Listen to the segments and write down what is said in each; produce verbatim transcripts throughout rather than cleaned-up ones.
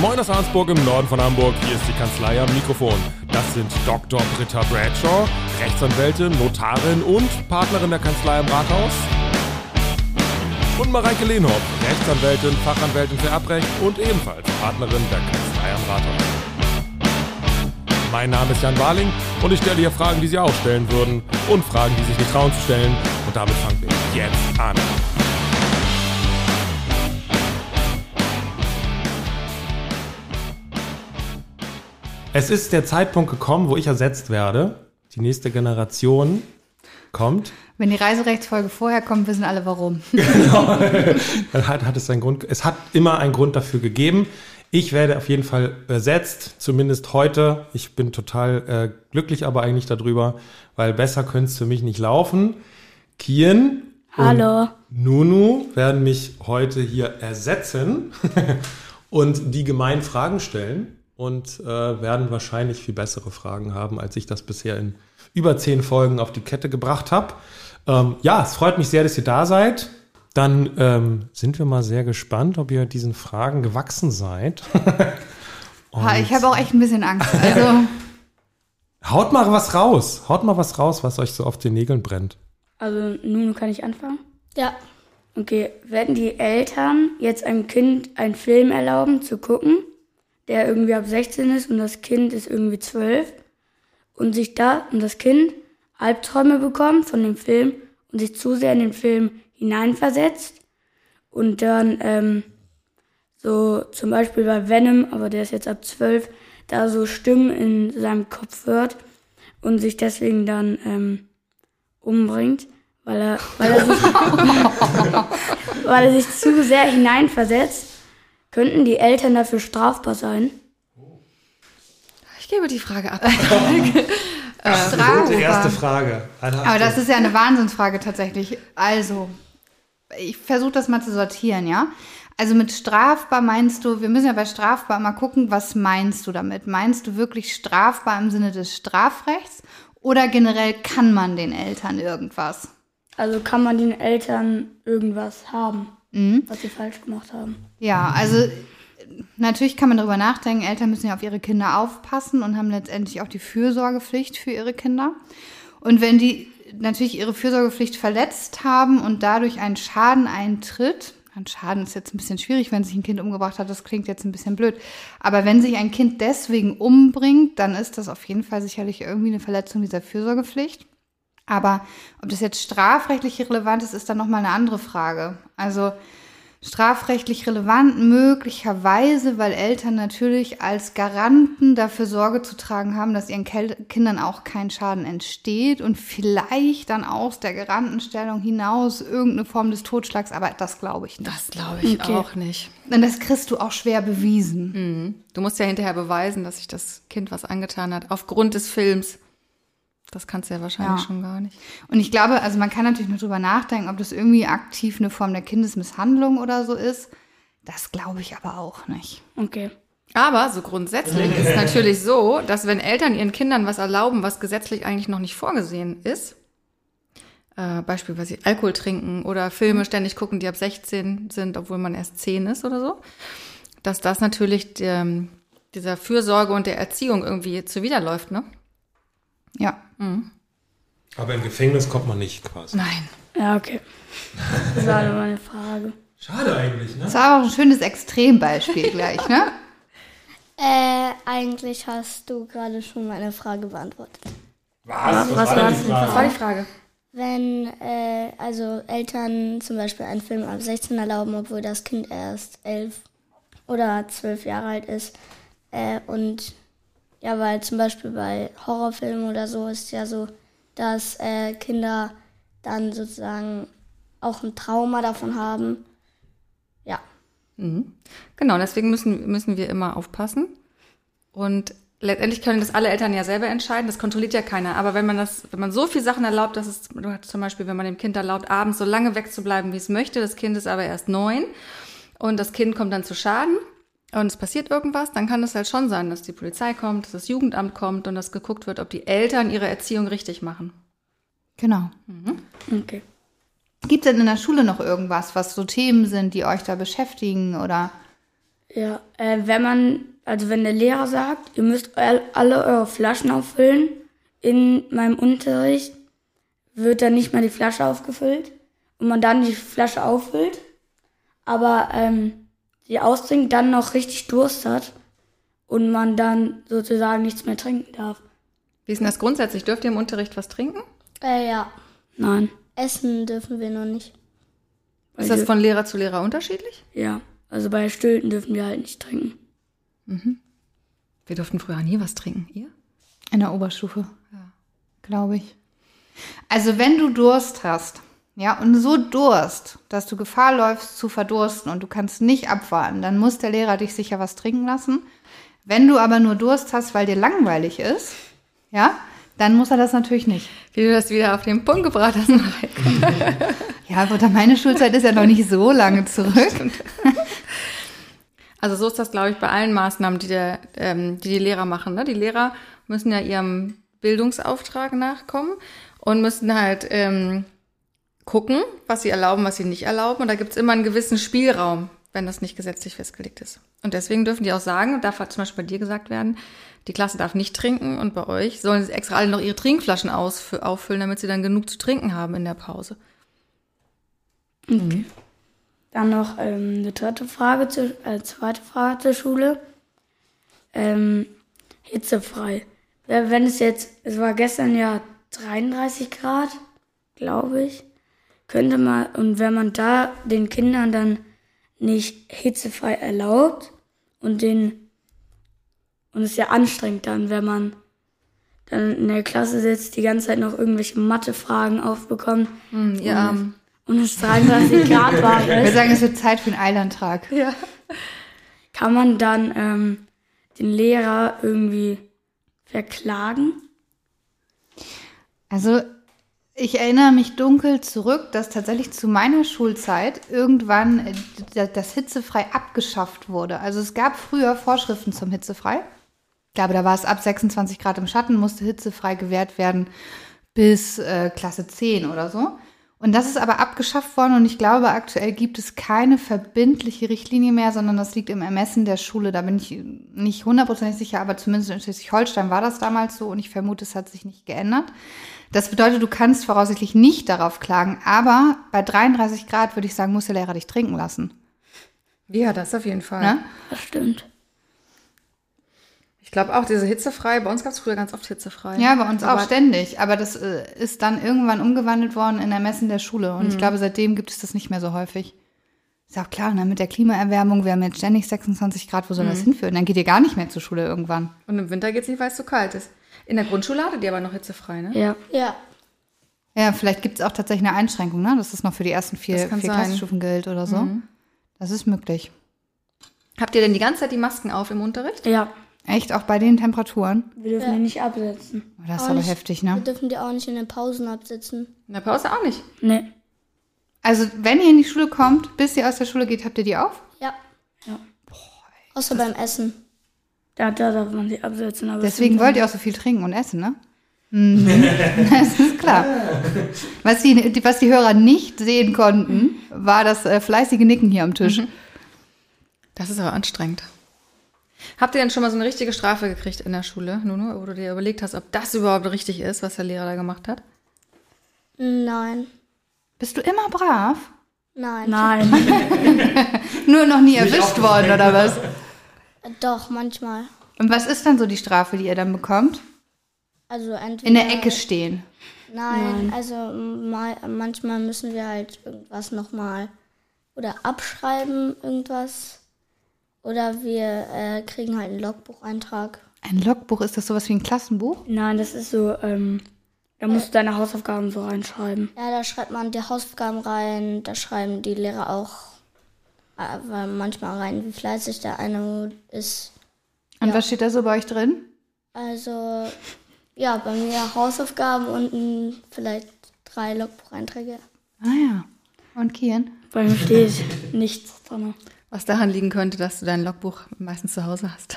Moin aus Arnsburg im Norden von Hamburg, hier ist die Kanzlei am Mikrofon. Das sind Doktor Britta Bradshaw, Rechtsanwältin, Notarin und Partnerin der Kanzlei am Rathaus. Und Mareike Lehnhoff, Rechtsanwältin, Fachanwältin für Erbrecht und ebenfalls Partnerin der Kanzlei am Rathaus. Mein Name ist Jan Warling und ich stelle hier Fragen, die Sie auch stellen würden und Fragen, die sich nicht trauen zu stellen. Und damit fangen wir jetzt an. Es ist der Zeitpunkt gekommen, wo ich ersetzt werde. Die nächste Generation kommt. Wenn die Reiserechtsfolge vorher kommt, wissen alle warum. Genau. Dann hat, hat es einen Grund. Es hat immer einen Grund dafür gegeben. Ich werde auf jeden Fall ersetzt, zumindest heute. Ich bin total äh, glücklich aber eigentlich darüber, weil besser könnte es für mich nicht laufen. Kian Hallo. und Nunu werden mich heute hier ersetzen und die gemeinen Fragen stellen und äh, werden wahrscheinlich viel bessere Fragen haben, als ich das bisher in über zehn Folgen auf die Kette gebracht habe. Ähm, ja, es freut mich sehr, dass ihr da seid. Dann ähm, sind wir mal sehr gespannt, ob ihr diesen Fragen gewachsen seid. Ha, ich habe auch echt ein bisschen Angst. Also haut mal was raus. Haut mal was raus, was euch so auf den Nägeln brennt. Also nun kann ich anfangen? Ja. Okay, werden die Eltern jetzt einem Kind einen Film erlauben zu gucken, der irgendwie ab sechzehn ist und das Kind ist irgendwie zwölf und sich da und das Kind Albträume bekommt von dem Film und sich zu sehr in den Film hineinversetzt und dann ähm, so zum Beispiel bei Venom, aber der ist jetzt ab zwölf, da so Stimmen in seinem Kopf hört und sich deswegen dann ähm, umbringt, weil er, weil, er sich, weil er sich zu sehr hineinversetzt. Könnten die Eltern dafür strafbar sein? Ich gebe die Frage ab. Ach, die erste Frage. Aber das ist ja eine Wahnsinnsfrage tatsächlich. Also, ich versuche das mal zu sortieren, ja? Also mit strafbar meinst du, wir müssen ja bei strafbar mal gucken, was meinst du damit? Meinst du wirklich strafbar im Sinne des Strafrechts oder generell kann man den Eltern irgendwas? Also kann man den Eltern irgendwas haben, mhm. was sie falsch gemacht haben? Ja, also natürlich kann man darüber nachdenken, Eltern müssen ja auf ihre Kinder aufpassen und haben letztendlich auch die Fürsorgepflicht für ihre Kinder. Und wenn die natürlich ihre Fürsorgepflicht verletzt haben und dadurch ein Schaden eintritt, ein Schaden ist jetzt ein bisschen schwierig, wenn sich ein Kind umgebracht hat, das klingt jetzt ein bisschen blöd, aber wenn sich ein Kind deswegen umbringt, dann ist das auf jeden Fall sicherlich irgendwie eine Verletzung dieser Fürsorgepflicht. Aber ob das jetzt strafrechtlich relevant ist, ist dann nochmal eine andere Frage. Also strafrechtlich relevant möglicherweise, weil Eltern natürlich als Garanten dafür Sorge zu tragen haben, dass ihren Kel- Kindern auch kein Schaden entsteht und vielleicht dann aus der Garantenstellung hinaus irgendeine Form des Totschlags, aber das glaube ich nicht. Das glaube ich Okay. auch nicht. Und das kriegst du auch schwer bewiesen. Mhm. Du musst ja hinterher beweisen, dass sich das Kind was angetan hat, aufgrund des Films. Das kannst du ja wahrscheinlich Ja. schon gar nicht. Und ich glaube, also man kann natürlich nur drüber nachdenken, ob das irgendwie aktiv eine Form der Kindesmisshandlung oder so ist. Das glaube ich aber auch nicht. Okay. Aber so grundsätzlich ist es natürlich so, dass wenn Eltern ihren Kindern was erlauben, was gesetzlich eigentlich noch nicht vorgesehen ist, äh, beispielsweise Alkohol trinken oder Filme ständig gucken, die ab sechzehn sind, obwohl man erst zehn ist oder so, dass das natürlich dem, dieser Fürsorge und der Erziehung irgendwie zuwiderläuft, ne? Ja. Mhm. Aber im Gefängnis kommt man nicht quasi. Nein. Ja, okay. Das war nur meine Frage. Schade eigentlich, ne? Das war auch ein schönes Extrembeispiel gleich, ne? Äh, eigentlich hast du gerade schon meine Frage beantwortet. Was? Was, Was war denn war's? die Frage? Was war die Frage? Wenn äh, also Eltern zum Beispiel einen Film ab sechzehn erlauben, obwohl das Kind erst elf oder zwölf Jahre alt ist. Äh, und ja, weil zum Beispiel bei Horrorfilmen oder so ist ja so, dass äh, Kinder dann sozusagen auch ein Trauma davon haben. Ja. Mhm. Genau, deswegen müssen, müssen wir immer aufpassen. Und letztendlich können das alle Eltern ja selber entscheiden, das kontrolliert ja keiner. Aber wenn man das, wenn man so viele Sachen erlaubt, dass es zum Beispiel, wenn man dem Kind erlaubt, abends so lange wegzubleiben, wie es möchte, das Kind ist aber erst neun und das Kind kommt dann zu Schaden und es passiert irgendwas, dann kann es halt schon sein, dass die Polizei kommt, dass das Jugendamt kommt und dass geguckt wird, ob die Eltern ihre Erziehung richtig machen. Genau. Mhm. Okay. Gibt es denn in der Schule noch irgendwas, was so Themen sind, die euch da beschäftigen oder? Ja, äh, wenn man, also wenn der Lehrer sagt, ihr müsst all, alle eure Flaschen auffüllen in meinem Unterricht, wird dann nicht mal die Flasche aufgefüllt und man dann die Flasche auffüllt, aber ähm, die austrinkt, dann noch richtig Durst hat und man dann sozusagen nichts mehr trinken darf. Wie ist denn das grundsätzlich? Dürft ihr im Unterricht was trinken? Äh, ja. Nein. Essen dürfen wir noch nicht. Ist das von Lehrer zu Lehrer unterschiedlich? Ja, also bei Stülten dürfen wir halt nicht trinken. Mhm. Wir durften früher nie was trinken. Ihr? In der Oberstufe, ja. Glaube ich. Also wenn du Durst hast, ja, und so Durst, dass du Gefahr läufst zu verdursten und du kannst nicht abwarten, dann muss der Lehrer dich sicher was trinken lassen. Wenn du aber nur Durst hast, weil dir langweilig ist, ja, dann muss er das natürlich nicht. Wie du das wieder auf den Punkt gebracht hast, Mareike. Ja, aber meine Schulzeit ist ja noch nicht so lange zurück. Also so ist das, glaube ich, bei allen Maßnahmen, die, der, ähm, die die Lehrer machen. Ne? Die Lehrer müssen ja ihrem Bildungsauftrag nachkommen und müssen halt ähm, gucken, was sie erlauben, was sie nicht erlauben. Und da gibt es immer einen gewissen Spielraum, wenn das nicht gesetzlich festgelegt ist. Und deswegen dürfen die auch sagen, darf halt zum Beispiel bei dir gesagt werden, die Klasse darf nicht trinken und bei euch sollen sie extra alle noch ihre Trinkflaschen ausf- auffüllen, damit sie dann genug zu trinken haben in der Pause. Okay. Dann noch ähm, eine dritte Frage, zu, äh, zweite Frage zur Schule. Ähm, hitzefrei. Wenn es jetzt, es war gestern ja dreiunddreißig Grad, glaube ich, könnte man, und wenn man da den Kindern dann nicht hitzefrei erlaubt und den, und es ist ja anstrengend dann, wenn man dann in der Klasse sitzt, die ganze Zeit noch irgendwelche Mathefragen aufbekommt. Hm, ihr Armen. Und es dreiunddreißig Grad warm ist. Ich würde sagen, es wird Zeit für einen Eilantrag. Ja. Kann man dann ähm, den Lehrer irgendwie verklagen? Also ich erinnere mich dunkel zurück, dass tatsächlich zu meiner Schulzeit irgendwann das hitzefrei abgeschafft wurde. Also es gab früher Vorschriften zum hitzefrei. Ich glaube, da war es ab sechsundzwanzig Grad im Schatten, musste hitzefrei gewährt werden bis äh, Klasse zehn oder so. Und das ist aber abgeschafft worden und ich glaube, aktuell gibt es keine verbindliche Richtlinie mehr, sondern das liegt im Ermessen der Schule. Da bin ich nicht hundertprozentig sicher, aber zumindest in Schleswig-Holstein war das damals so und ich vermute, es hat sich nicht geändert. Das bedeutet, du kannst voraussichtlich nicht darauf klagen, aber bei dreiunddreißig Grad würde ich sagen, muss der Lehrer dich trinken lassen. Ja, das auf jeden Fall. Ne? Das stimmt. Ich glaube auch, diese hitzefrei, bei uns gab es früher ganz oft hitzefrei. Ja, bei uns aber auch ständig, aber das äh, ist dann irgendwann umgewandelt worden in Ermessen der Schule und mhm. ich glaube, seitdem gibt es das nicht mehr so häufig. Ist auch klar, ne? Mit der Klimaerwärmung, wir haben jetzt ständig sechsundzwanzig Grad, wo soll mhm. das hinführen? Dann geht ihr gar nicht mehr zur Schule irgendwann. Und im Winter geht's nicht, weil es zu kalt ist. In der Grundschule hattet ihr aber noch hitzefrei, ne? Ja. Ja. Ja, vielleicht gibt es auch tatsächlich eine Einschränkung, ne? Dass das noch für die ersten vier, Das kann vier sein. Klassenstufen gilt oder so. Mhm. Das ist möglich. Habt ihr denn die ganze Zeit die Masken auf im Unterricht? Ja. Echt, auch bei den Temperaturen? Wir dürfen Ja. die nicht absetzen. Oh, das ist Auch aber nicht- heftig, Wir ne? dürfen die auch nicht in den Pausen absitzen. In der Pause auch nicht. Nee. Also, wenn ihr in die Schule kommt, bis ihr aus der Schule geht, habt ihr die auf? Ja. Ja. Außer beim Essen. Da, da darf man sie absetzen. Aber Deswegen wollt ihr auch so viel trinken und essen, ne? Mhm. Das ist klar. Was die, die, was die Hörer nicht sehen konnten, war das äh, fleißige Nicken hier am Tisch. Das ist aber anstrengend. Habt ihr denn schon mal so eine richtige Strafe gekriegt in der Schule, Nuno, wo du dir überlegt hast, ob das überhaupt richtig ist, was der Lehrer da gemacht hat? Nein. Bist du immer brav? Nein. Nein. Nur noch nie erwischt worden, oder was? Doch, manchmal. Und was ist dann so die Strafe, die ihr dann bekommt? Also entweder... In der Ecke stehen. Nein, also mal, manchmal müssen wir halt irgendwas nochmal oder abschreiben, irgendwas. Oder wir äh, kriegen halt einen Logbucheintrag. Ein Logbuch, ist das sowas wie ein Klassenbuch? Nein, das ist so, ähm, da musst du deine Hausaufgaben so reinschreiben. Ja, da schreibt man die Hausaufgaben rein, da schreiben die Lehrer auch äh, manchmal rein, wie fleißig der eine ist. Und Ja. was steht da so bei euch drin? Also, ja, bei mir Hausaufgaben und ein, vielleicht drei Logbucheinträge. Ah ja. Und Kian? Bei mir steht nichts drin. Was daran liegen könnte, dass du dein Logbuch meistens zu Hause hast.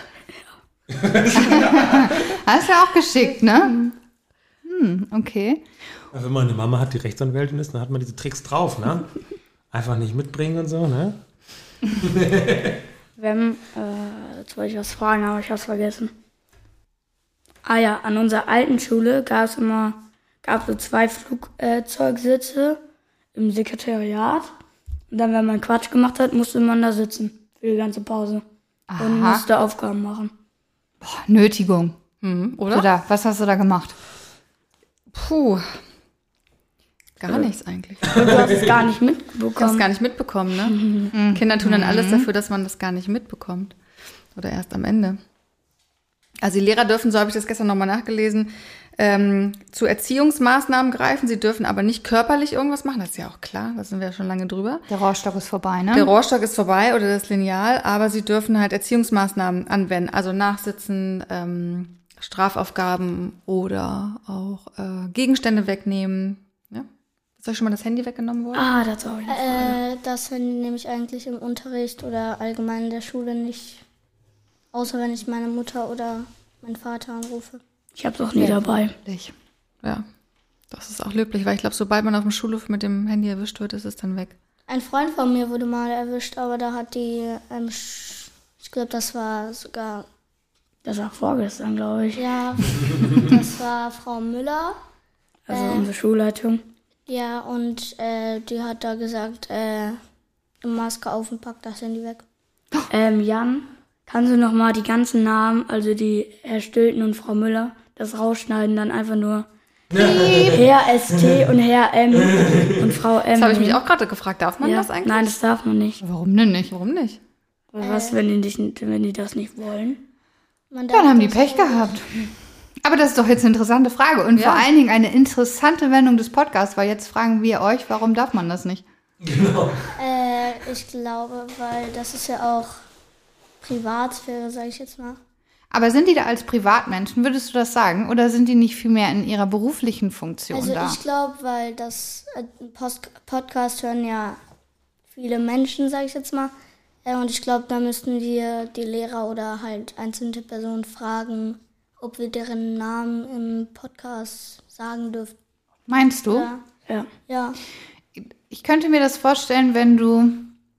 Das ist ja auch geschickt, ne? Hm, okay. Ja, wenn man eine Mama hat, die Rechtsanwältin ist, dann hat man diese Tricks drauf, ne? Einfach nicht mitbringen und so, ne? Wenn, äh, jetzt wollte ich was fragen, aber ich hab's vergessen. Ah ja, an unserer alten Schule gab es immer, gab so zwei Flugzeugsitze im Sekretariat. Und dann, wenn man Quatsch gemacht hat, musste man da sitzen für die ganze Pause. Aha. Und musste Aufgaben machen. Boah, Nötigung. Mhm, oder? Oder was hast du da gemacht? Puh. Gar nichts eigentlich. Und du hast es gar nicht Ich habe es mitbekommen. gar nicht mitbekommen, ne? Mhm. Kinder tun dann alles dafür, dass man das gar nicht mitbekommt. Oder erst am Ende. Also die Lehrer dürfen, so habe ich das gestern nochmal nachgelesen, ähm, zu Erziehungsmaßnahmen greifen. Sie dürfen aber nicht körperlich irgendwas machen. Das ist ja auch klar, da sind wir ja schon lange drüber. Der Rohrstock ist vorbei, ne? Der Rohrstock ist vorbei oder das Lineal, aber sie dürfen halt Erziehungsmaßnahmen anwenden. Also Nachsitzen, ähm, Strafaufgaben oder auch äh, Gegenstände wegnehmen. Ja? Ist euch schon mal das Handy weggenommen worden? Ah, das habe ich eine Frage. Äh, das nehme ich eigentlich im Unterricht oder allgemein in der Schule nicht. Außer wenn ich meine Mutter oder meinen Vater anrufe. Ich hab's auch nie dabei. Ich. Ja, das ist auch löblich, weil ich glaube, sobald man auf dem Schulhof mit dem Handy erwischt wird, ist es dann weg. Ein Freund von mir wurde mal erwischt, aber da hat die, ähm, Sch- ich glaube, das war sogar, Das war vorgestern, glaube ich. ja, das war Frau Müller. Also Äh. unsere Schulleitung. Ja, und äh, die hat da gesagt, äh, Maske auf und pack das Handy weg. Ähm, Jan, kannst du noch mal die ganzen Namen, also die Herr Stülten und Frau Müller, das rausschneiden, dann einfach nur Herr S T und Herr M und Frau M. Das habe ich mich auch gerade gefragt. Darf man ja. das eigentlich? Nein, das darf man nicht. Warum denn nicht? Warum nicht? Was, wenn die, nicht, wenn die das nicht wollen? Man darf Dann haben die das Pech auch- gehabt. Aber das ist doch jetzt eine interessante Frage und Ja. vor allen Dingen eine interessante Wendung des Podcasts, weil jetzt fragen wir euch, warum darf man das nicht? Äh, ich glaube, weil das ist ja auch Privatsphäre, sage ich jetzt mal. Aber sind die da als Privatmenschen, würdest du das sagen? Oder sind die nicht vielmehr in ihrer beruflichen Funktion Also da? ich glaube, weil das äh, Post Podcast hören ja viele Menschen, sage ich jetzt mal. Äh, und ich glaube, da müssten wir die Lehrer oder halt einzelne Personen fragen, ob wir deren Namen im Podcast sagen dürfen. Meinst du? Ja. Ja. Ja. Ich könnte mir das vorstellen, wenn du,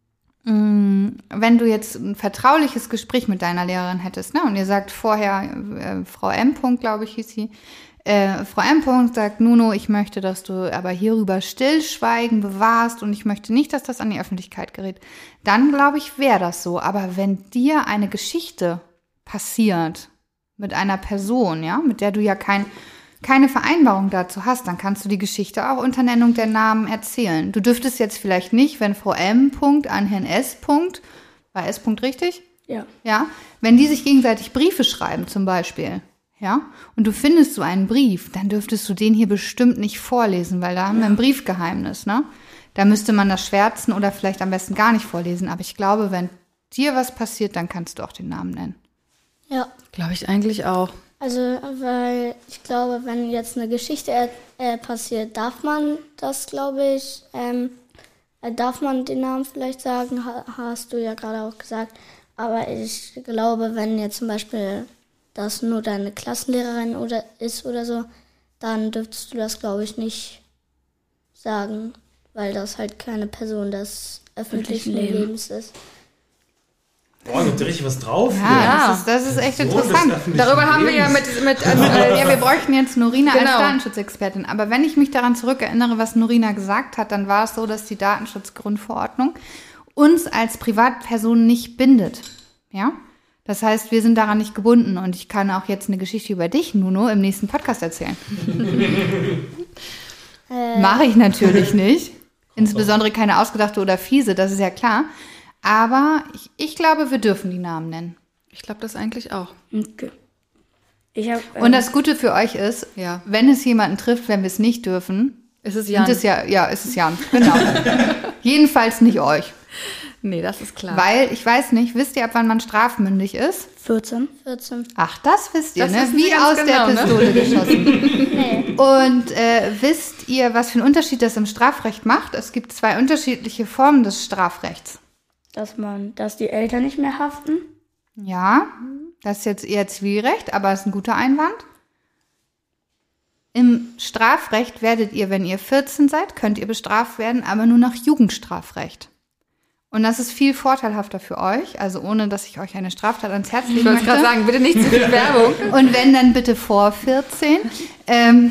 mh, wenn du jetzt ein vertrauliches Gespräch mit deiner Lehrerin hättest, ne? Und ihr sagt vorher, äh, Frau M. glaube ich, hieß sie, äh, Frau M. sagt, Nuno, ich möchte, dass du aber hierüber Stillschweigen bewahrst und ich möchte nicht, dass das an die Öffentlichkeit gerät. Dann, glaube ich, wäre das so. Aber wenn dir eine Geschichte passiert mit einer Person, ja, mit der du ja kein keine Vereinbarung dazu hast, dann kannst du die Geschichte auch unter Nennung der Namen erzählen. Du dürftest jetzt vielleicht nicht, wenn Frau M. an Herrn S. war S. richtig? Ja. Ja, wenn die sich gegenseitig Briefe schreiben zum Beispiel, ja, und du findest so einen Brief, dann dürftest du den hier bestimmt nicht vorlesen, weil da haben wir ein Briefgeheimnis, ne? Da müsste man das schwärzen oder vielleicht am besten gar nicht vorlesen. Aber ich glaube, wenn dir was passiert, dann kannst du auch den Namen nennen. Ja. Glaube ich eigentlich auch. Also, weil ich glaube, wenn jetzt eine Geschichte äh, äh, passiert, darf man das, glaube ich, ähm, äh, darf man den Namen vielleicht sagen, ha, hast du ja gerade auch gesagt. Aber ich glaube, wenn jetzt zum Beispiel das nur deine Klassenlehrerin oder ist oder so, dann dürftest du das, glaube ich, nicht sagen, weil das halt keine Person des öffentlichen Leben. Lebens ist. Boah, gibt ihr richtig was drauf? Ja, hier? Das, ist, das ist echt Person des interessant. öffentlichen Darüber haben wir ja Lebens. mit, mit Also, also, äh, ja, wir bräuchten jetzt Norina als Genau. Datenschutzexpertin. Aber wenn ich mich daran zurückerinnere, was Norina gesagt hat, dann war es so, dass die Datenschutzgrundverordnung uns als Privatperson nicht bindet. Ja? Das heißt, wir sind daran nicht gebunden. Und ich kann auch jetzt eine Geschichte über dich, Nuno, im nächsten Podcast erzählen. Äh, Mache ich natürlich nicht. Insbesondere keine ausgedachte oder fiese, das ist ja klar. Aber ich, ich glaube, wir dürfen die Namen nennen. ich glaube das eigentlich auch. Okay. Ich hab, ähm, Und das Gute für euch ist, Ja. wenn es jemanden trifft, wenn wir es nicht dürfen, Ist es sind Jan? es ja, ja, ist es Jan, genau. Jedenfalls nicht euch. Nee, das ist klar. Weil, ich weiß nicht, wisst ihr, ab wann man strafmündig ist? vierzehn. vierzehn. Ach, das wisst ihr, Das ne? wissen Wie Sie ganz aus genau, der ne? Pistole geschossen. Nee. Und äh, wisst ihr, was für einen Unterschied das im Strafrecht macht? Es gibt zwei unterschiedliche Formen des Strafrechts. Dass man, dass die Eltern nicht mehr haften. Ja, das ist jetzt eher Zivilrecht, aber ist ein guter Einwand. Im Strafrecht werdet ihr, wenn ihr vierzehn seid, könnt ihr bestraft werden, aber nur nach Jugendstrafrecht. Und das ist viel vorteilhafter für euch, also ohne, dass ich euch eine Straftat ans Herz legen Ich wollte möchte. gerade sagen, bitte nicht zu viel Werbung. Und wenn, dann bitte vor vierzehn. Ähm,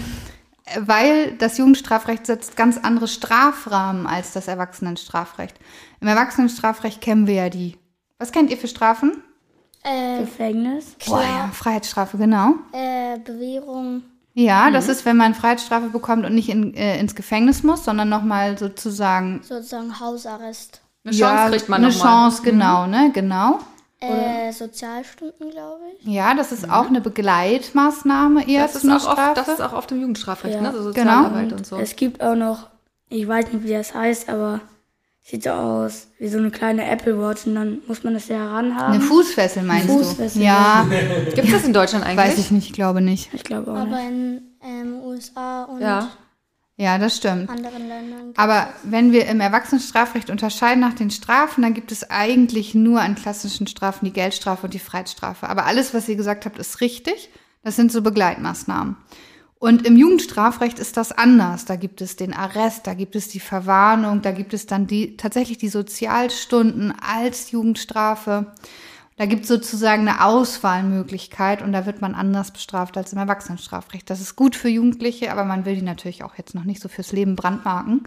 weil das Jugendstrafrecht setzt ganz andere Strafrahmen als das Erwachsenenstrafrecht. Im Erwachsenenstrafrecht kennen wir ja die. Was kennt ihr für Strafen? Äh, Gefängnis. Boah, ja, Freiheitsstrafe, genau. äh, Bewährung. Ja, das ist, wenn man Freiheitsstrafe bekommt und nicht in, äh, ins Gefängnis muss, sondern nochmal sozusagen Sozusagen Hausarrest. Eine Chance kriegt man eine noch mal. Chance, genau, ne, genau. Äh, Sozialstunden, glaube ich. Ja, das ist auch eine Begleitmaßnahme eher Das zu ist, einer auch oft, Strafe. das ist auch oft im Jugendstrafrecht, Ja, ne? So genau. Sozialarbeit und so. Es gibt auch noch, ich weiß nicht, wie das heißt, aber sieht so aus wie so eine kleine Apple Watch und dann muss man das ja heranhaben. Eine Fußfessel meinst Fußfessel, du? Ja, Gibt es das in Deutschland eigentlich? weiß ich nicht, ich glaube nicht. Ich glaube auch Aber nicht. in ähm, U S A und Ja. Ja, das stimmt. anderen Ländern. gibt's Aber wenn wir im Erwachsenenstrafrecht unterscheiden nach den Strafen, dann gibt es eigentlich nur an klassischen Strafen die Geldstrafe und die Freiheitsstrafe. Aber alles, was ihr gesagt habt, ist richtig. Das sind so Begleitmaßnahmen. Und im Jugendstrafrecht ist das anders. Da gibt es den Arrest, da gibt es die Verwarnung, da gibt es dann die, tatsächlich die Sozialstunden als Jugendstrafe. Da gibt es sozusagen eine Auswahlmöglichkeit und da wird man anders bestraft als im Erwachsenenstrafrecht. Das ist gut für Jugendliche, aber man will die natürlich auch jetzt noch nicht so fürs Leben brandmarken.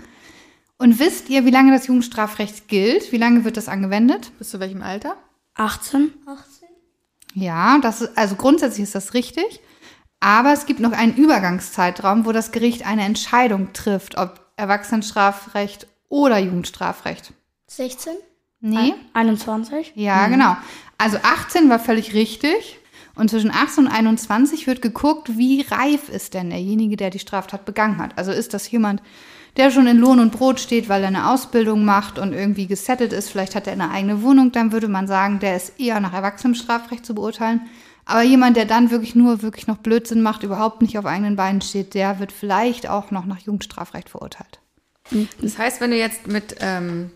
Und wisst ihr, wie lange das Jugendstrafrecht gilt? Wie lange wird das angewendet? Bis zu welchem Alter? achtzehn? achtzehn? Ja, das ist, also grundsätzlich ist das richtig. Aber es gibt noch einen Übergangszeitraum, wo das Gericht eine Entscheidung trifft, ob Erwachsenenstrafrecht oder Jugendstrafrecht. sechzehn? Nee? einundzwanzig? Ja, genau. Also achtzehn war völlig richtig. Und zwischen achtzehn und einundzwanzig wird geguckt, wie reif ist denn derjenige, der die Straftat begangen hat. Also ist das jemand, der schon in Lohn und Brot steht, weil er eine Ausbildung macht und irgendwie gesettelt ist, vielleicht hat er eine eigene Wohnung, dann würde man sagen, der ist eher nach Erwachsenenstrafrecht zu beurteilen. Aber jemand, der dann wirklich nur wirklich noch Blödsinn macht, überhaupt nicht auf eigenen Beinen steht, der wird vielleicht auch noch nach Jugendstrafrecht verurteilt. Das heißt, wenn du jetzt mit ähm,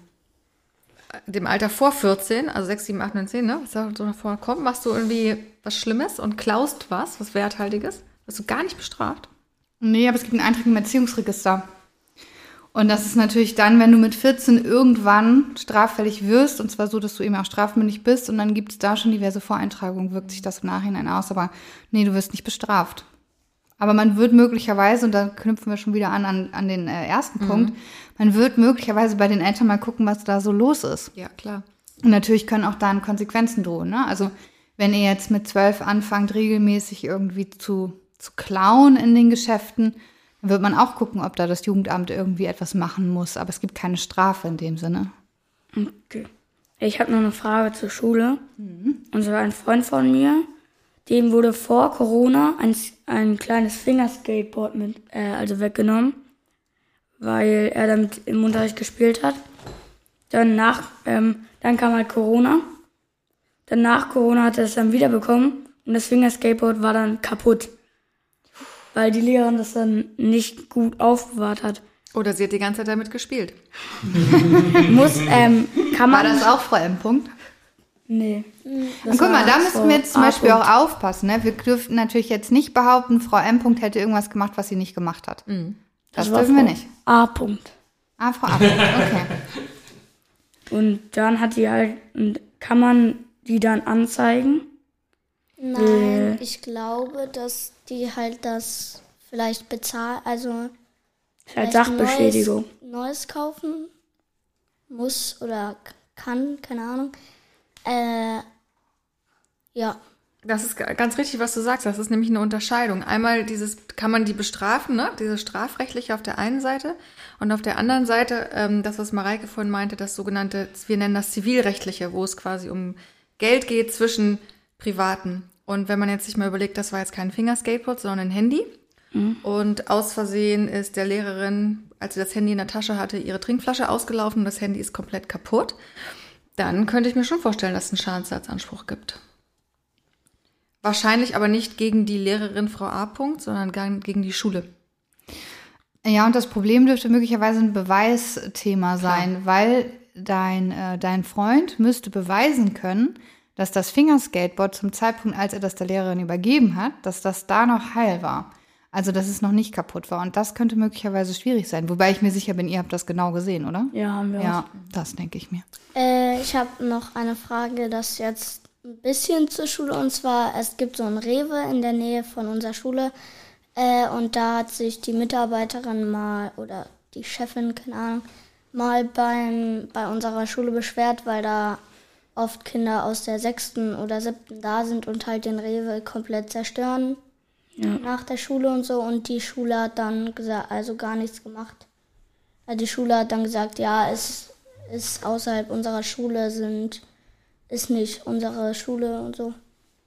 dem Alter vor vierzehn, also sechs, sieben, acht, neun, zehn, ne, was da so davor kommt, machst du irgendwie was Schlimmes und klaust was, was Werthaltiges, wirst du gar nicht bestraft? Nee, aber es gibt einen Eintrag im Erziehungsregister. Und das ist natürlich dann, wenn du mit vierzehn irgendwann straffällig wirst, und zwar so, dass du eben auch strafmündig bist, und dann gibt es da schon diverse Voreintragungen, wirkt sich das im Nachhinein aus, aber nee, du wirst nicht bestraft. Aber man wird möglicherweise, und da knüpfen wir schon wieder an an, an den äh, ersten mhm. Punkt, man wird möglicherweise bei den Eltern mal gucken, was da so los ist. Ja, klar. Und natürlich können auch dann Konsequenzen drohen, ne? Also wenn ihr jetzt mit zwölf anfangt, regelmäßig irgendwie zu, zu klauen in den Geschäften, dann wird man auch gucken, ob da das Jugendamt irgendwie etwas machen muss. Aber es gibt keine Strafe in dem Sinne. Okay. Ich habe noch eine Frage zur Schule. Mhm. Und zwar ein Freund von mir, dem wurde vor Corona ein, ein kleines Fingerskateboard mit, äh, also weggenommen, weil er damit im Unterricht gespielt hat. Dann, nach, ähm, dann kam halt Corona. Dann nach Corona hat er es dann wiederbekommen und das Fingerskateboard war dann kaputt, weil die Lehrerin das dann nicht gut aufbewahrt hat. Oder sie hat die ganze Zeit damit gespielt. Muss, ähm, kann War man... das auch Frau M. Punkt? Nee. Und guck mal, da müssten wir jetzt zum Beispiel auch aufpassen. Ne? Wir dürften natürlich jetzt nicht behaupten, Frau M. Punkt hätte irgendwas gemacht, was sie nicht gemacht hat. Mhm. Das, das dürfen wir nicht. A. Punkt. Ah, Frau A. Punkt, okay. Und dann hat die halt, kann man die dann anzeigen? Nein, äh. ich glaube, dass die halt das vielleicht bezahlen, also halt Sachbeschädigung. Neues, Neues kaufen muss oder kann, keine Ahnung. Äh, ja. Das ist ganz richtig, was du sagst. Das ist nämlich eine Unterscheidung. Einmal dieses, kann man die bestrafen, ne? Dieses strafrechtliche auf der einen Seite und auf der anderen Seite ähm, das, was Mareike vorhin meinte, das sogenannte, wir nennen das zivilrechtliche, wo es quasi um Geld geht zwischen Privaten. Und wenn man jetzt sich mal überlegt, das war jetzt kein Fingerskateboard, sondern ein Handy. Mhm. Und aus Versehen ist der Lehrerin, als sie das Handy in der Tasche hatte, ihre Trinkflasche ausgelaufen und das Handy ist komplett kaputt. Dann könnte ich mir schon vorstellen, dass es einen Schadensersatzanspruch gibt. Wahrscheinlich aber nicht gegen die Lehrerin Frau A. Punkt, sondern gegen die Schule. Ja, und das Problem dürfte möglicherweise ein Beweisthema sein, Klar. weil dein, äh, dein Freund müsste beweisen können, dass das Fingerskateboard zum Zeitpunkt, als er das der Lehrerin übergeben hat, dass das da noch heil war. Also, dass es noch nicht kaputt war. Und das könnte möglicherweise schwierig sein. Wobei ich mir sicher bin, ihr habt das genau gesehen, oder? Ja, haben wir Ja, auch. das denke ich mir. Äh, ich habe noch eine Frage, das jetzt ein bisschen zur Schule. Und zwar, es gibt so ein Rewe in der Nähe von unserer Schule. Äh, und da hat sich die Mitarbeiterin mal, oder die Chefin, keine Ahnung, mal beim, bei unserer Schule beschwert, weil da oft Kinder aus der sechsten oder siebten da sind und halt den Rewe komplett zerstören. Ja. Nach der Schule und so, und die Schule hat dann gesagt, also gar nichts gemacht. Also die Schule hat dann gesagt, ja, es ist außerhalb unserer Schule, sind, ist nicht unsere Schule und so.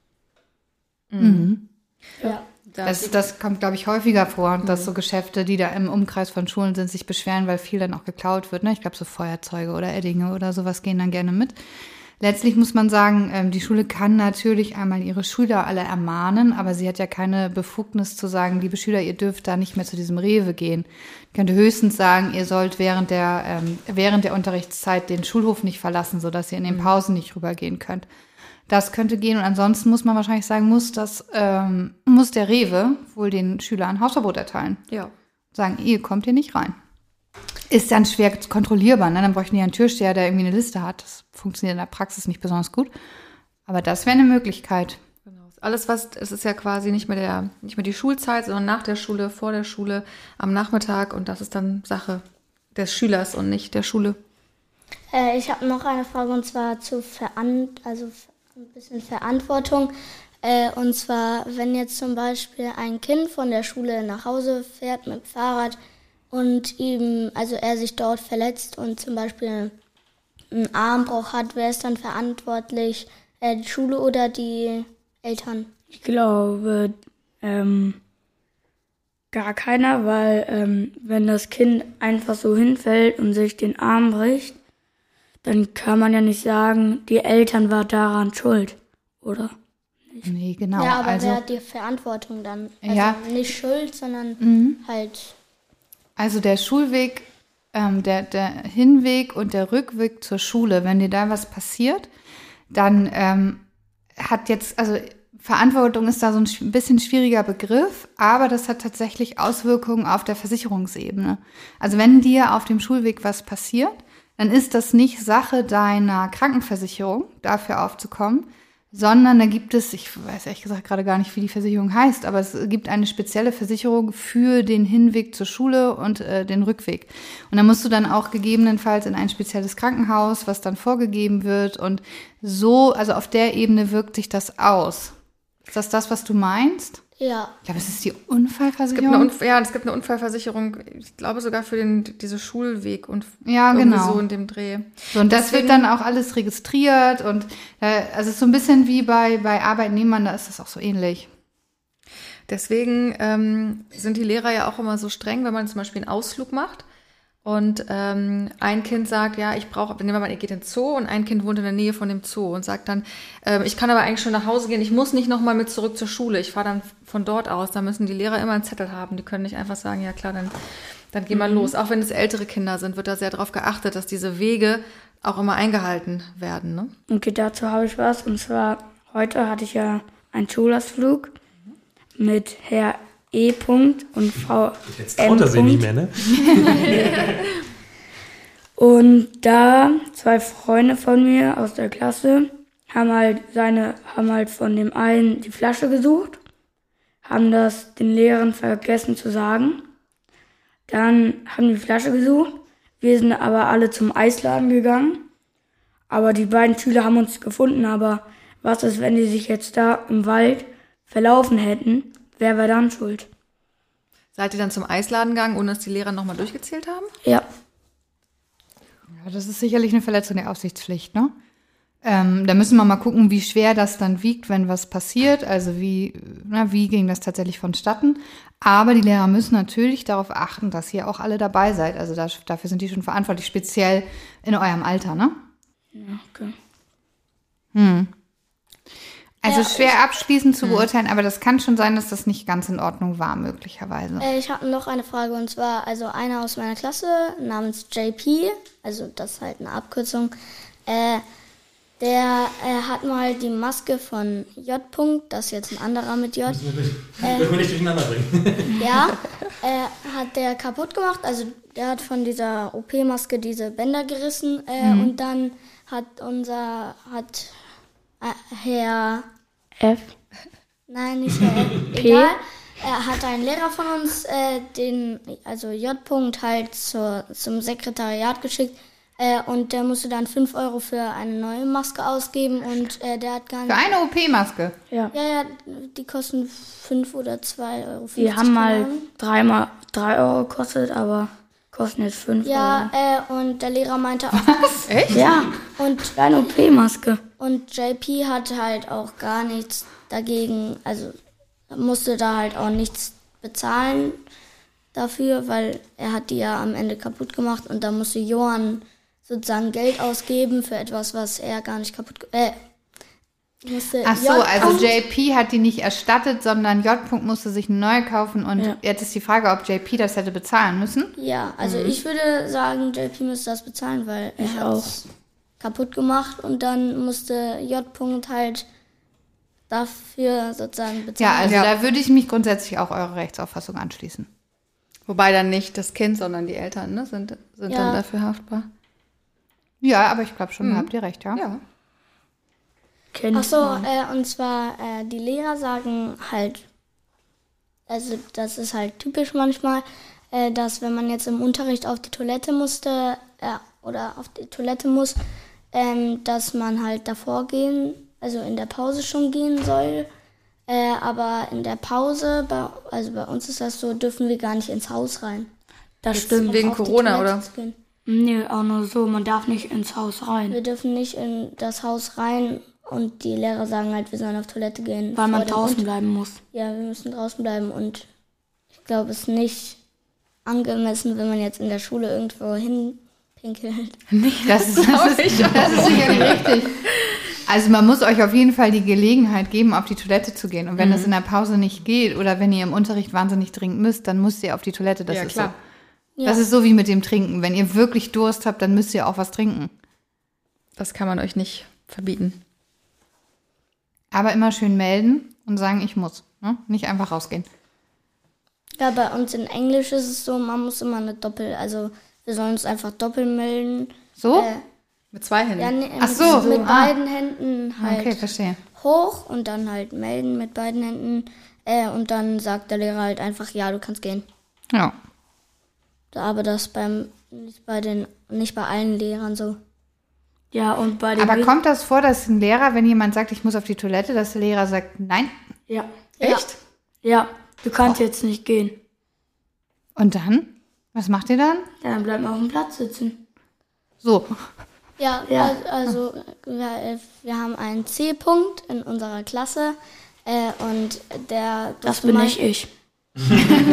Mhm. Ja. Das, das kommt, glaube ich, häufiger vor, dass so Geschäfte, die da im Umkreis von Schulen sind, sich beschweren, weil viel dann auch geklaut wird. Ne? Ich glaube, so Feuerzeuge oder Eddinge oder sowas gehen dann gerne mit. Letztlich muss man sagen, die Schule kann natürlich einmal ihre Schüler alle ermahnen, aber sie hat ja keine Befugnis zu sagen, liebe Schüler, ihr dürft da nicht mehr zu diesem Rewe gehen. Ich könnte höchstens sagen, ihr sollt während der, ähm, während der Unterrichtszeit den Schulhof nicht verlassen, sodass ihr in den Pausen nicht rübergehen könnt. Das könnte gehen, und ansonsten muss man wahrscheinlich sagen, muss das, ähm, muss der Rewe wohl den Schülern Hausverbot erteilen. Ja. Sagen, ihr kommt hier nicht rein. Ist dann schwer kontrollierbar, ne? Dann bräuchten die einen Türsteher, der irgendwie eine Liste hat. Das funktioniert in der Praxis nicht besonders gut. Aber das wäre eine Möglichkeit. Genau. Alles, was, es ist ja quasi nicht mehr der, nicht mehr die Schulzeit, sondern nach der Schule, vor der Schule, am Nachmittag, und das ist dann Sache des Schülers und nicht der Schule. Äh, ich habe noch eine Frage, und zwar zu Veran also ein bisschen Verantwortung. Äh, und zwar, wenn jetzt zum Beispiel ein Kind von der Schule nach Hause fährt mit dem Fahrrad und ihm, also er sich dort verletzt und zum Beispiel einen Armbruch hat, wer ist dann verantwortlich? Äh, die Schule oder die Eltern? Ich glaube, ähm, gar keiner, weil ähm, wenn das Kind einfach so hinfällt und sich den Arm bricht, dann kann man ja nicht sagen, die Eltern waren daran schuld, oder? Nee, genau. Ja, aber also, wer hat die Verantwortung dann? Also Ja. nicht Schuld, sondern Mhm. halt... Also der Schulweg, ähm, der, der Hinweg und der Rückweg zur Schule, wenn dir da was passiert, dann ähm, hat jetzt, also Verantwortung ist da so ein sch- bisschen schwieriger Begriff, aber das hat tatsächlich Auswirkungen auf der Versicherungsebene. Also wenn dir auf dem Schulweg was passiert, dann ist das nicht Sache deiner Krankenversicherung, dafür aufzukommen, sondern da gibt es, ich weiß ehrlich gesagt gerade gar nicht, wie die Versicherung heißt, aber es gibt eine spezielle Versicherung für den Hinweg zur Schule und äh, den Rückweg. Und da musst du dann auch gegebenenfalls in ein spezielles Krankenhaus, was dann vorgegeben wird, und so, also auf der Ebene wirkt sich das aus. Ist das das, was du meinst? Ja, Ich glaube, es ist die Es gibt Unfallversicherung. eine Unf- ja, es gibt eine Unfallversicherung, ich glaube sogar für den, diese Schulweg und Ja, irgendwie genau. so in dem Dreh. So, und das Deswegen- wird dann auch alles registriert, und äh, also es ist so ein bisschen wie bei, bei Arbeitnehmern, da ist das auch so ähnlich. Deswegen ähm, sind die Lehrer ja auch immer so streng, wenn man zum Beispiel einen Ausflug macht und ähm, ein Kind sagt, ja, ich brauche, nehmen wir mal, ihr geht in den Zoo, und ein Kind wohnt in der Nähe von dem Zoo und sagt dann, ähm, ich kann aber eigentlich schon nach Hause gehen, ich muss nicht nochmal mit zurück zur Schule, ich fahre dann von dort aus. Da müssen die Lehrer immer einen Zettel haben, die können nicht einfach sagen, ja klar, dann, dann geh mal los. Auch wenn es ältere Kinder sind, wird da sehr darauf geachtet, dass diese Wege auch immer eingehalten werden. Ne? Okay, dazu habe ich was. Und zwar, heute hatte ich ja einen Schulausflug mit Herr E. -Punkt und Frau Jetzt M. traut er sich nicht -Punkt. mehr, ne? Und da zwei Freunde von mir aus der Klasse haben halt seine, haben halt von dem einen die Flasche gesucht, haben das den Lehrern vergessen zu sagen. Dann haben die Flasche gesucht. Wir sind aber alle zum Eisladen gegangen. Aber die beiden Schüler haben uns gefunden. Aber was ist, wenn die sich jetzt da im Wald verlaufen hätten? Wer wäre dann schuld? Seid ihr dann zum Eisladen gegangen, ohne dass die Lehrer nochmal durchgezählt haben? Ja. Ja, das ist sicherlich eine Verletzung der Aufsichtspflicht, ne? Ähm, da müssen wir mal gucken, wie schwer das dann wiegt, wenn was passiert. Also wie, na, wie ging das tatsächlich vonstatten? Aber die Lehrer müssen natürlich darauf achten, dass ihr auch alle dabei seid. Also da, dafür sind die schon verantwortlich, speziell in eurem Alter, ne? Ja, okay. Hm. Also Ja, schwer abschließend zu beurteilen, aber das kann schon sein, dass das nicht ganz in Ordnung war, möglicherweise. Äh, ich habe noch eine Frage, und zwar, also einer aus meiner Klasse namens J P, also das ist halt eine Abkürzung, äh, Der äh, hat mal die Maske von J. -Punkt, das ist jetzt ein anderer mit J. Müssen wir, nicht, äh, wir nicht durcheinander bringen. Ja, äh, hat der kaputt gemacht. Also der hat von dieser O P-Maske diese Bänder gerissen äh, mhm. und dann hat unser, hat äh, Herr F. Nein, nicht Herr F. Egal. Er hat einen Lehrer von uns, äh, den, also J. -Punkt halt zur, zum Sekretariat geschickt. Äh, und der musste dann fünf Euro für eine neue Maske ausgeben und äh, der hat gar nicht... Für eine O P-Maske? Ja. Ja, ja, die kosten fünf oder zwei Euro fünfzig. Die haben mal dreimal drei Euro gekostet, aber kosten jetzt fünf ja, Euro. Ja, äh, und der Lehrer meinte auch... Was? Echt? Ja, und eine O P-Maske. Und J P hat halt auch gar nichts dagegen, also musste da halt auch nichts bezahlen dafür, weil er hat die ja am Ende kaputt gemacht und da musste Johann sozusagen Geld ausgeben für etwas, was er gar nicht kaputt... Äh, musste Ach so, also J P hat die nicht erstattet, sondern J. -Punkt musste sich eine neue kaufen und ja. Jetzt ist die Frage, ob J P das hätte bezahlen müssen? Ja, also mhm. ich würde sagen, J P müsste das bezahlen, weil er hat es kaputt gemacht und dann musste J. -Punkt halt dafür sozusagen bezahlen. Ja, also ja. Da würde ich mich grundsätzlich auch eurer Rechtsauffassung anschließen. Wobei dann nicht das Kind, sondern die Eltern ne, sind, sind ja. dann dafür haftbar. Ja, aber ich glaube schon, mhm. da habt ihr recht, ja. Ja. Ach so, äh, und zwar äh, die Lehrer sagen halt, also das ist halt typisch manchmal, äh, dass wenn man jetzt im Unterricht auf die Toilette musste äh, oder auf die Toilette muss, ähm, dass man halt davor gehen, also in der Pause schon gehen soll. Äh, aber in der Pause, bei, also bei uns ist das so, dürfen wir gar nicht ins Haus rein. Das jetzt stimmt. Wegen Corona, oder? Nee, auch nur so, man darf nicht ins Haus rein. Wir dürfen nicht in das Haus rein und die Lehrer sagen halt, wir sollen auf Toilette gehen. Weil man draußen bleiben muss. Ja, wir müssen draußen bleiben und ich glaube, es ist nicht angemessen, wenn man jetzt in der Schule irgendwo hinpinkelt. Nee, das ist, das ist, das ist sicherlich richtig. Also man muss euch auf jeden Fall die Gelegenheit geben, auf die Toilette zu gehen. Und wenn mhm. das in der Pause nicht geht oder wenn ihr im Unterricht wahnsinnig dringend müsst, dann müsst ihr auf die Toilette. Das ja, ist klar. so. Ja. Das ist so wie mit dem Trinken. Wenn ihr wirklich Durst habt, dann müsst ihr auch was trinken. Das kann man euch nicht verbieten. Aber immer schön melden und sagen, ich muss. Ne? Nicht einfach rausgehen. Ja, bei uns in Englisch ist es so, man muss immer eine Doppel, also wir sollen uns einfach doppelt melden. So? Äh, mit zwei Händen? Ja, nee, Ach so. Mit, mit ah. beiden Händen halt okay, verstehe. hoch und dann halt melden mit beiden Händen. Äh, und dann sagt der Lehrer halt einfach, ja, du kannst gehen. Ja. Aber das beim nicht bei den nicht bei allen Lehrern so. Ja, und bei den Aber kommt das vor, dass ein Lehrer, wenn jemand sagt, ich muss auf die Toilette, dass der Lehrer sagt, nein? Ja. Echt? Ja, du kannst oh. jetzt nicht gehen. Und dann? Was macht ihr dann? Ja, dann bleiben wir auf dem Platz sitzen. So. Ja, ja. also wir, wir haben einen C-Punkt in unserer Klasse äh, und der Das bin mal, nicht ich. und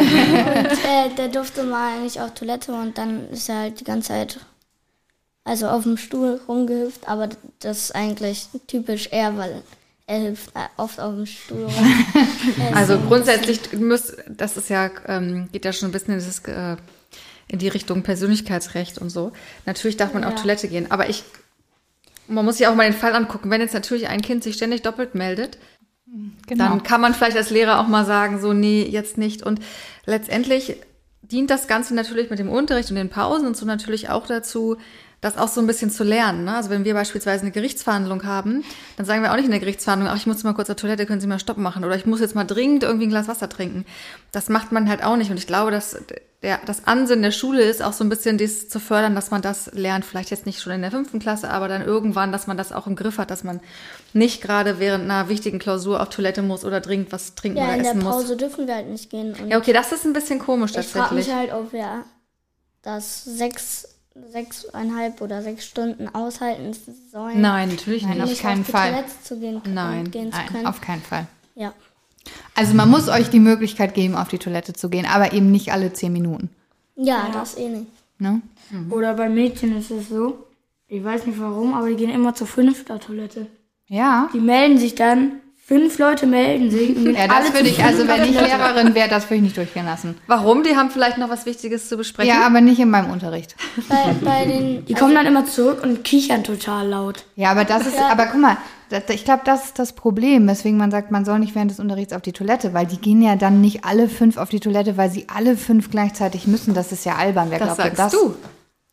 äh, der durfte mal nicht auf Toilette und dann ist er halt die ganze Zeit also auf dem Stuhl rumgehüpft, aber das ist eigentlich typisch er, weil er hüpft oft auf dem Stuhl rum. Also grundsätzlich müsst, das ist ja, ähm, geht ja schon ein bisschen in, dieses, äh, in die Richtung Persönlichkeitsrecht und so. Natürlich darf man ja. auf Toilette gehen, aber ich, man muss sich auch mal den Fall angucken, wenn jetzt natürlich ein Kind sich ständig doppelt meldet, genau. dann kann man vielleicht als Lehrer auch mal sagen, so nee, jetzt nicht. Und letztendlich dient das Ganze natürlich mit dem Unterricht und den Pausen und so natürlich auch dazu, das auch so ein bisschen zu lernen. Ne? Also wenn wir beispielsweise eine Gerichtsverhandlung haben, dann sagen wir auch nicht in der Gerichtsverhandlung, ach, ich muss mal kurz zur Toilette, können Sie mal Stopp machen oder ich muss jetzt mal dringend irgendwie ein Glas Wasser trinken. Das macht man halt auch nicht und ich glaube, dass der, das Ansinnen der Schule ist, auch so ein bisschen dies zu fördern, dass man das lernt, vielleicht jetzt nicht schon in der fünften Klasse, aber dann irgendwann, dass man das auch im Griff hat, dass man nicht gerade während einer wichtigen Klausur auf Toilette muss oder dringend was trinken ja, oder essen muss. Ja, in der Pause muss. dürfen wir halt nicht gehen. Und ja, okay, das ist ein bisschen komisch ich tatsächlich. Ich frage mich halt, ob wir das sechs sechseinhalb oder sechs Stunden aushalten sollen. Nein, natürlich nicht. Nein, auf keinen auf die Fall. Toilette zu gehen, Nein, gehen zu nein, können. auf keinen Fall. Ja. Also man muss euch die Möglichkeit geben, auf die Toilette zu gehen, aber eben nicht alle zehn Minuten. Ja, ja. das eh nicht. Ne? Mhm. Oder bei Mädchen ist es so, ich weiß nicht warum, aber die gehen immer zur fünfter Toilette. Ja. Die melden sich dann Fünf Leute melden sich. Und Ja, das würde ich, also wenn ich Lehrerin wäre, das würde ich nicht durchgehen lassen. Warum? Die haben vielleicht noch was Wichtiges zu besprechen. Ja, aber nicht in meinem Unterricht. Bei, bei den, Die kommen dann immer zurück und kichern total laut. Ja, aber das ist, aber guck mal, das, ich glaube, das ist das Problem, weswegen man sagt, man soll nicht während des Unterrichts auf die Toilette, weil die gehen ja dann nicht alle fünf auf die Toilette, weil sie alle fünf gleichzeitig müssen. Das ist ja albern. Wer das glaubt denn sagst das? du.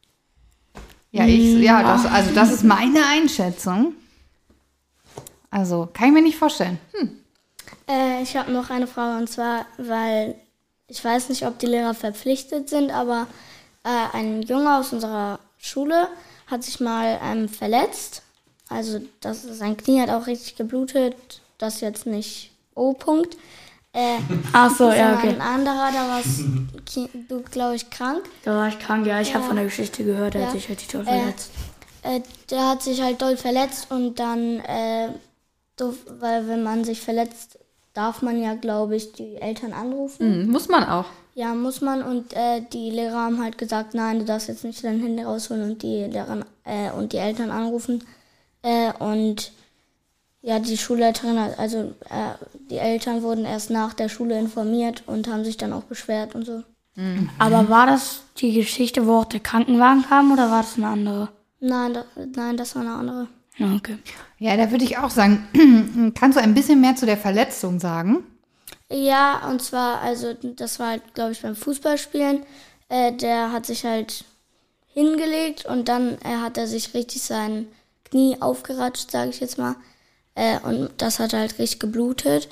Ja, ich, ja, das, also das ist meine Einschätzung. Also, kann ich mir nicht vorstellen. Hm. Äh, ich habe noch eine Frage, und zwar, weil ich weiß nicht, ob die Lehrer verpflichtet sind, aber äh, ein Junge aus unserer Schule hat sich mal ähm, verletzt. Also das, sein Knie hat auch richtig geblutet. Das jetzt nicht O-Punkt. Äh, Ach so, ja, sondern okay. ein anderer, da warst du, glaube ich, krank. Da war ich krank, ja. Ich Ja. habe von der Geschichte gehört, der Ja. hat sich richtig doll Äh, verletzt. Äh, der hat sich halt doll verletzt und dann, äh, so, weil wenn man sich verletzt, darf man ja, glaube ich, die Eltern anrufen. Hm, muss man auch. Ja, muss man. Und äh, die Lehrer haben halt gesagt, nein, du darfst jetzt nicht dein Handy rausholen und die Lehrer äh, und die Eltern anrufen. Äh, und ja, die Schulleiterin, hat, also äh, die Eltern wurden erst nach der Schule informiert und haben sich dann auch beschwert und so. Aber war das die Geschichte, wo auch der Krankenwagen kam, oder war das eine andere? Nein, da, nein, das war eine andere. Ja, okay. Ja, da würde ich auch sagen, kannst du ein bisschen mehr zu der Verletzung sagen? Ja, und zwar, also das war halt, glaube ich, beim Fußballspielen. Äh, der hat sich halt hingelegt und dann äh, hat er sich richtig sein Knie aufgeratscht, sage ich jetzt mal. Äh, und das hat halt richtig geblutet.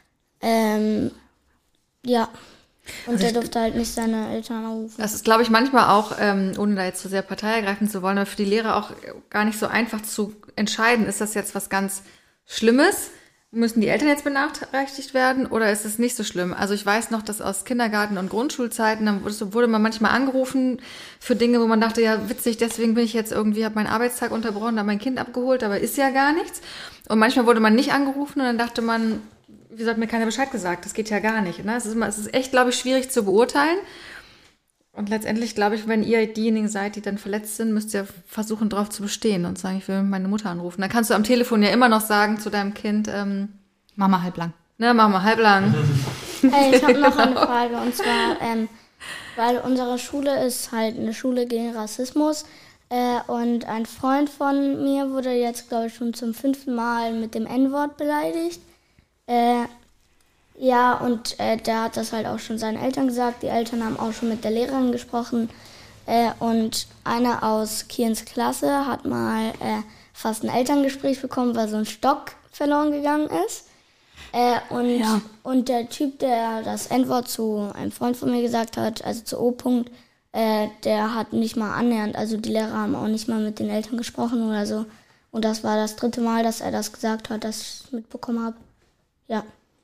Ähm, ja. Und der durfte halt nicht seine Eltern anrufen. Das ist, glaube ich, manchmal auch, ähm, ohne da jetzt zu sehr Partei ergreifen zu wollen, aber für die Lehrer auch gar nicht so einfach zu entscheiden, ist das jetzt was ganz Schlimmes? Müssen die Eltern jetzt benachteiligt werden oder ist es nicht so schlimm? Also ich weiß noch, dass aus Kindergarten- und Grundschulzeiten, dann wurde, wurde man manchmal angerufen für Dinge, wo man dachte, ja witzig, deswegen bin ich jetzt irgendwie, habe meinen Arbeitstag unterbrochen, habe mein Kind abgeholt, aber ist ja gar nichts. Und manchmal wurde man nicht angerufen und dann dachte man, wieso hat mir keiner Bescheid gesagt? Das geht ja gar nicht. Ne? Es ist immer, es ist echt, glaube ich, schwierig zu beurteilen. Und letztendlich, glaube ich, wenn ihr diejenigen seid, die dann verletzt sind, müsst ihr versuchen, darauf zu bestehen und sagen, ich will meine Mutter anrufen. Dann kannst du am Telefon ja immer noch sagen zu deinem Kind, ähm, Mama halblang. ne, mach mal halblang. Hey, ich habe noch eine Frage, und zwar, ähm, weil unsere Schule ist halt eine Schule gegen Rassismus äh, und ein Freund von mir wurde jetzt, glaube ich, schon zum fünften Mal mit dem En-Wort beleidigt. Äh, ja, und äh, der hat das halt auch schon seinen Eltern gesagt. Die Eltern haben auch schon mit der Lehrerin gesprochen. Äh, und einer aus Kiens Klasse hat mal äh, fast ein Elterngespräch bekommen, weil so ein Stock verloren gegangen ist. Äh, und, Ja. und der Typ, der das En-Wort zu einem Freund von mir gesagt hat, also zu O-Punkt, äh, der hat nicht mal annähernd, also die Lehrer haben auch nicht mal mit den Eltern gesprochen oder so. Und das war das dritte Mal, dass er das gesagt hat, dass ich es mitbekommen habe. Ja.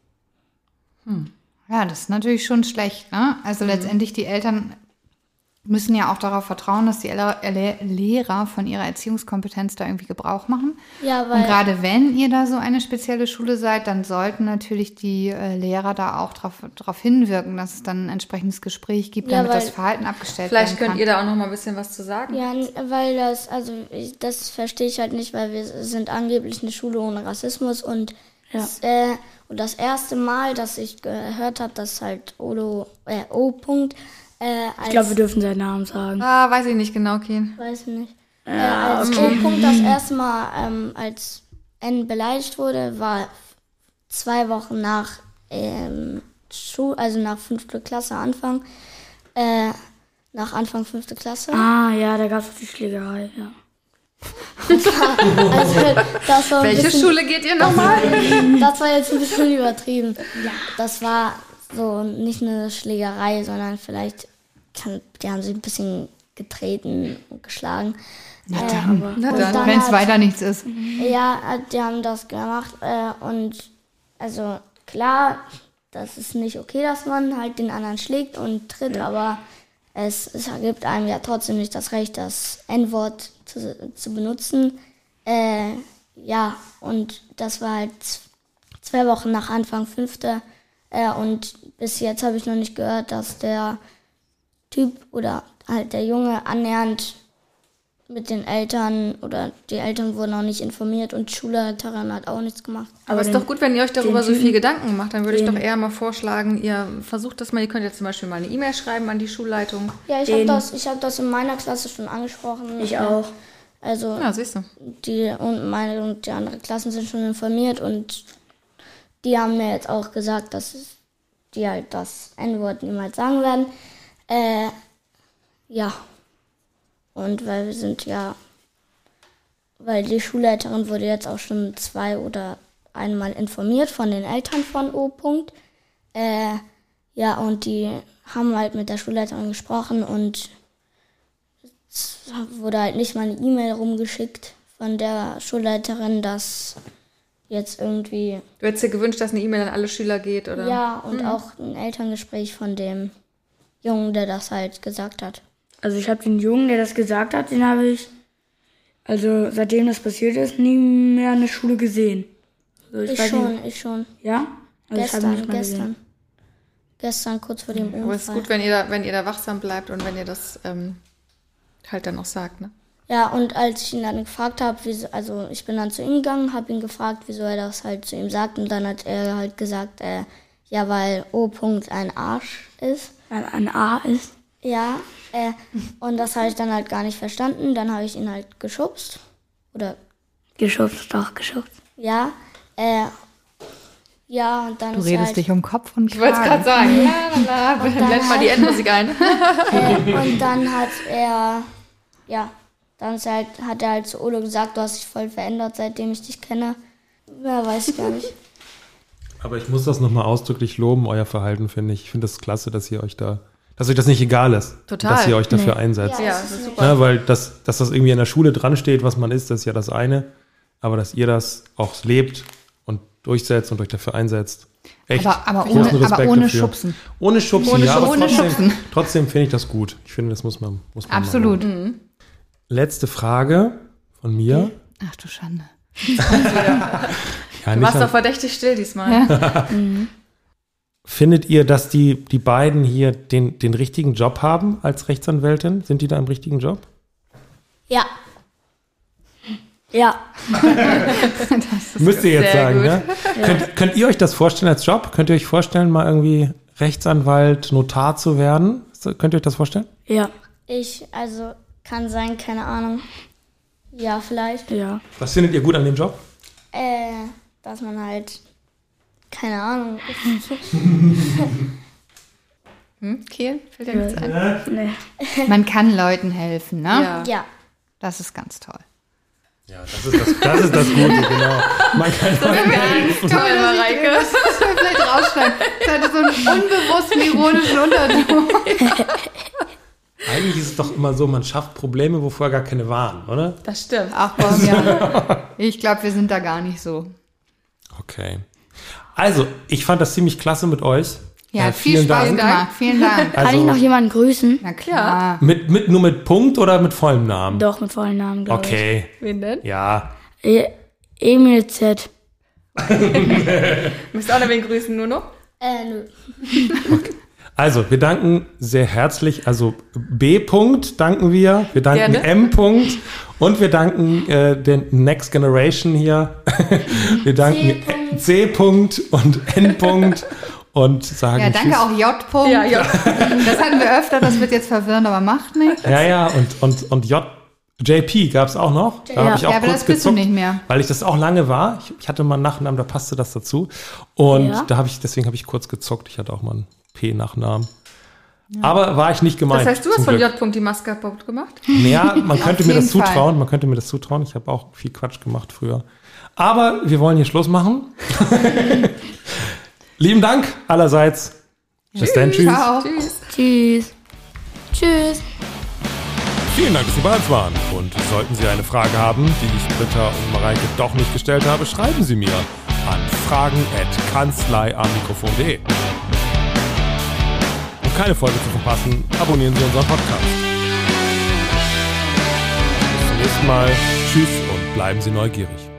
Ja, das ist natürlich schon schlecht, ne? Also letztendlich die Eltern müssen ja auch darauf vertrauen, dass die Ele- Le- Lehrer von ihrer Erziehungskompetenz da irgendwie Gebrauch machen. Ja, Und weil gerade wenn ihr da so eine spezielle Schule seid, dann sollten natürlich die äh, Lehrer da auch darauf hinwirken, dass es dann ein entsprechendes Gespräch gibt, Ja, damit weil das Verhalten abgestellt Vielleicht werden könnt kann. ihr da auch noch mal ein bisschen was zu sagen. Ja, n- weil das, also ich, das verstehe ich halt nicht, weil wir sind angeblich eine Schule ohne Rassismus und, Ja. das, äh, und das erste Mal, dass ich gehört habe, dass halt Odo, äh, O-Punkt, äh, als, Ich glaube, wir dürfen seinen Namen sagen. Ah, weiß ich nicht genau, Ken. weiß ich nicht, äh, als O-Punkt das erste Mal ähm, als N beleidigt wurde, war zwei Wochen nach ähm, Schul, also nach fünfte Klasse Anfang, äh, nach Anfang fünfte Klasse. Ah, ja, da gab es die Schlägerei, ja. Also, das war ein Welche bisschen, Schule geht ihr nochmal? Das war jetzt ein bisschen übertrieben. Ja. Das war so nicht eine Schlägerei, sondern vielleicht, kann, die haben sich ein bisschen getreten und geschlagen. Na Äh, dann, aber- Na und dann. dann wenn es hat- weiter nichts ist. Ja, die haben das gemacht äh, und also klar, das ist nicht okay, dass man halt den anderen schlägt und tritt, aber es, es ergibt einem ja trotzdem nicht das Recht, das En-Wort zu, zu benutzen. Äh, ja, und das war halt z- zwei Wochen nach Anfang fünfte äh, und bis jetzt habe ich noch nicht gehört, dass der Typ oder halt der Junge annähernd mit den Eltern oder die Eltern wurden auch nicht informiert und die Schulleiterin hat auch nichts gemacht. Aber es ist doch gut, wenn ihr euch darüber so Typen- viel Gedanken macht. Dann würde ich den- doch eher mal vorschlagen, ihr versucht das mal. Ihr könnt ja zum Beispiel mal eine E-Mail schreiben an die Schulleitung. Ja, ich habe Den- das, ich hab das in meiner Klasse schon angesprochen. Ich auch. Also Ja, siehst du. die und meine und die anderen Klassen sind schon informiert und die haben mir jetzt auch gesagt, dass die halt das N-Wort niemals sagen werden. Äh, ja. Und weil wir sind ja, weil die Schulleiterin wurde jetzt auch schon zwei oder einmal informiert von den Eltern von O. -Punkt. Äh, ja, und die haben halt mit der Schulleiterin gesprochen und es wurde halt nicht mal eine E-Mail rumgeschickt von der Schulleiterin, dass jetzt irgendwie, Du hättest dir gewünscht, dass eine E-Mail an alle Schüler geht, oder? ja, und auch ein Elterngespräch von dem Jungen, der das halt gesagt hat. Also ich habe den Jungen, der das gesagt hat, den habe ich, also seitdem das passiert ist, nie mehr in der Schule gesehen. Also Ich weiß schon, nicht- ich schon. Ja? Also ich habe ihn Gestern, nicht mal gestern. gesehen. Gestern, kurz vor dem Unfall. Aber es ist gut, wenn ihr, da, wenn ihr da wachsam bleibt und wenn ihr das ähm, halt dann auch sagt, ne? Ja, und als ich ihn dann gefragt habe, wieso, also ich bin dann zu ihm gegangen, habe ihn gefragt, wieso er das halt zu ihm sagt. Und dann hat er halt gesagt, äh, ja, weil O. -Punkt ein Arsch ist. Weil ein A ist. Ja, äh, und das habe ich dann halt gar nicht verstanden. Dann habe ich ihn halt geschubst. Oder, Geschubst, doch, geschubst. ja, äh, ja, und dann Du ist redest er halt, dich um Kopf und Ich wollte es gerade Kragen. sagen. La, la, la. Blend mal die Endmusik ein. äh, und dann hat er, ja, dann ist er halt, hat er halt zu Olo gesagt, du hast dich voll verändert, seitdem ich dich kenne. Ja, weiß ich gar nicht. Aber ich muss das nochmal ausdrücklich loben, euer Verhalten, finde ich. Ich finde das klasse, dass ihr euch da, dass euch das nicht egal ist. Total. Dass ihr euch dafür einsetzt. Ja, es das ist ist super. Ne, weil das, dass das irgendwie in der Schule dran steht, was man ist, das ist ja das eine. Aber dass ihr das auch lebt und durchsetzt und euch dafür einsetzt. Echt. Aber- aber großen ohne- aber Respekt ohne dafür. Schubsen. Ohne Schubsen, Ohne ja, aber Schubsen. trotzdem, Schubsen. trotzdem finde ich das gut. Ich finde, das muss man, muss man Absolut. machen. Letzte Frage von mir. Ach du Schande. Ja, Du nicht warst an- doch verdächtig still diesmal. Findet ihr, dass die, die beiden hier den, den richtigen Job haben als Rechtsanwältin? Sind die da im richtigen Job? Ja, Ja. Müsst ihr jetzt sehr sagen, gut. ne? Könnt, könnt ihr euch das vorstellen als Job? Könnt ihr euch vorstellen, mal irgendwie Rechtsanwalt, Notar zu werden? So, könnt ihr euch das vorstellen? Ja. ich, also kann sein, keine Ahnung. Ja, vielleicht. Ja. Was findet ihr gut an dem Job? Äh, dass man halt, keine Ahnung, Hm? Kiel? Fällt dir nichts ein? Nee. Man kann Leuten helfen, ne? Ja. ja. Das ist ganz toll. Ja, das ist das, das, ist das Gute, genau. Man kann Toll, Mareike. Das müssen wir vielleicht rausschneiden. Das hatte so einen unbewussten ironischen Unterton. Eigentlich ist es doch immer so, man schafft Probleme, wo vorher gar keine waren, oder? Das stimmt. Ach komm, ja. Ich glaube, wir sind da gar nicht so. Okay. Also, ich fand das ziemlich klasse mit euch. Ja, Äh, viel Spaß gemacht. Vielen Dank. Kann ich noch jemanden grüßen? Na klar. Mit, mit, nur mit Punkt oder mit vollem Namen? Doch, mit vollen Namen, glaube Okay, Wen denn? ja. ich. E Emil Z. Müsst ihr auch noch wen grüßen, Nuno? Äh, nö. Also, wir danken sehr herzlich. Also, B. -Punkt danken wir. Wir danken Gerne. M. -Punkt und wir danken äh, der Next Generation hier. Wir danken C. -Punkt und N. -Punkt und sagen Ja, danke Tschüss. auch J. -Punkt. Ja, ja. Das hatten wir öfter, das wird jetzt verwirrend, aber macht nichts. Ja, ja, und, und, und J. J P gab es auch noch. Da Ja. habe ich auch Ja, aber kurz das bist du gezuckt, nicht mehr. weil ich das auch lange war. Ich, ich hatte mal einen Nachnamen, da passte das dazu. Und Ja. da habe ich, deswegen habe ich kurz gezuckt. Ich hatte auch mal einen P-Nachnamen. Aber war ich nicht gemeint. Das heißt, du hast zum von Glück. J. -Punkt die Maske kaputt gemacht? Ja, man könnte mir jeden das Fall. zutrauen. Man könnte mir das zutrauen. Ich habe auch viel Quatsch gemacht früher. Aber wir wollen hier Schluss machen. Lieben Dank allerseits. Bis dann. Tschüss. Ciao. Tschüss. Tschüss. Tschüss. Vielen Dank, dass Sie bei uns waren. Und sollten Sie eine Frage haben, die ich Britta und Mareike doch nicht gestellt habe, schreiben Sie mir an fragen at kanzlei am mikrofon punkt de. Um keine Folge zu verpassen, abonnieren Sie unseren Podcast. Bis zum nächsten Mal. Tschüss und bleiben Sie neugierig.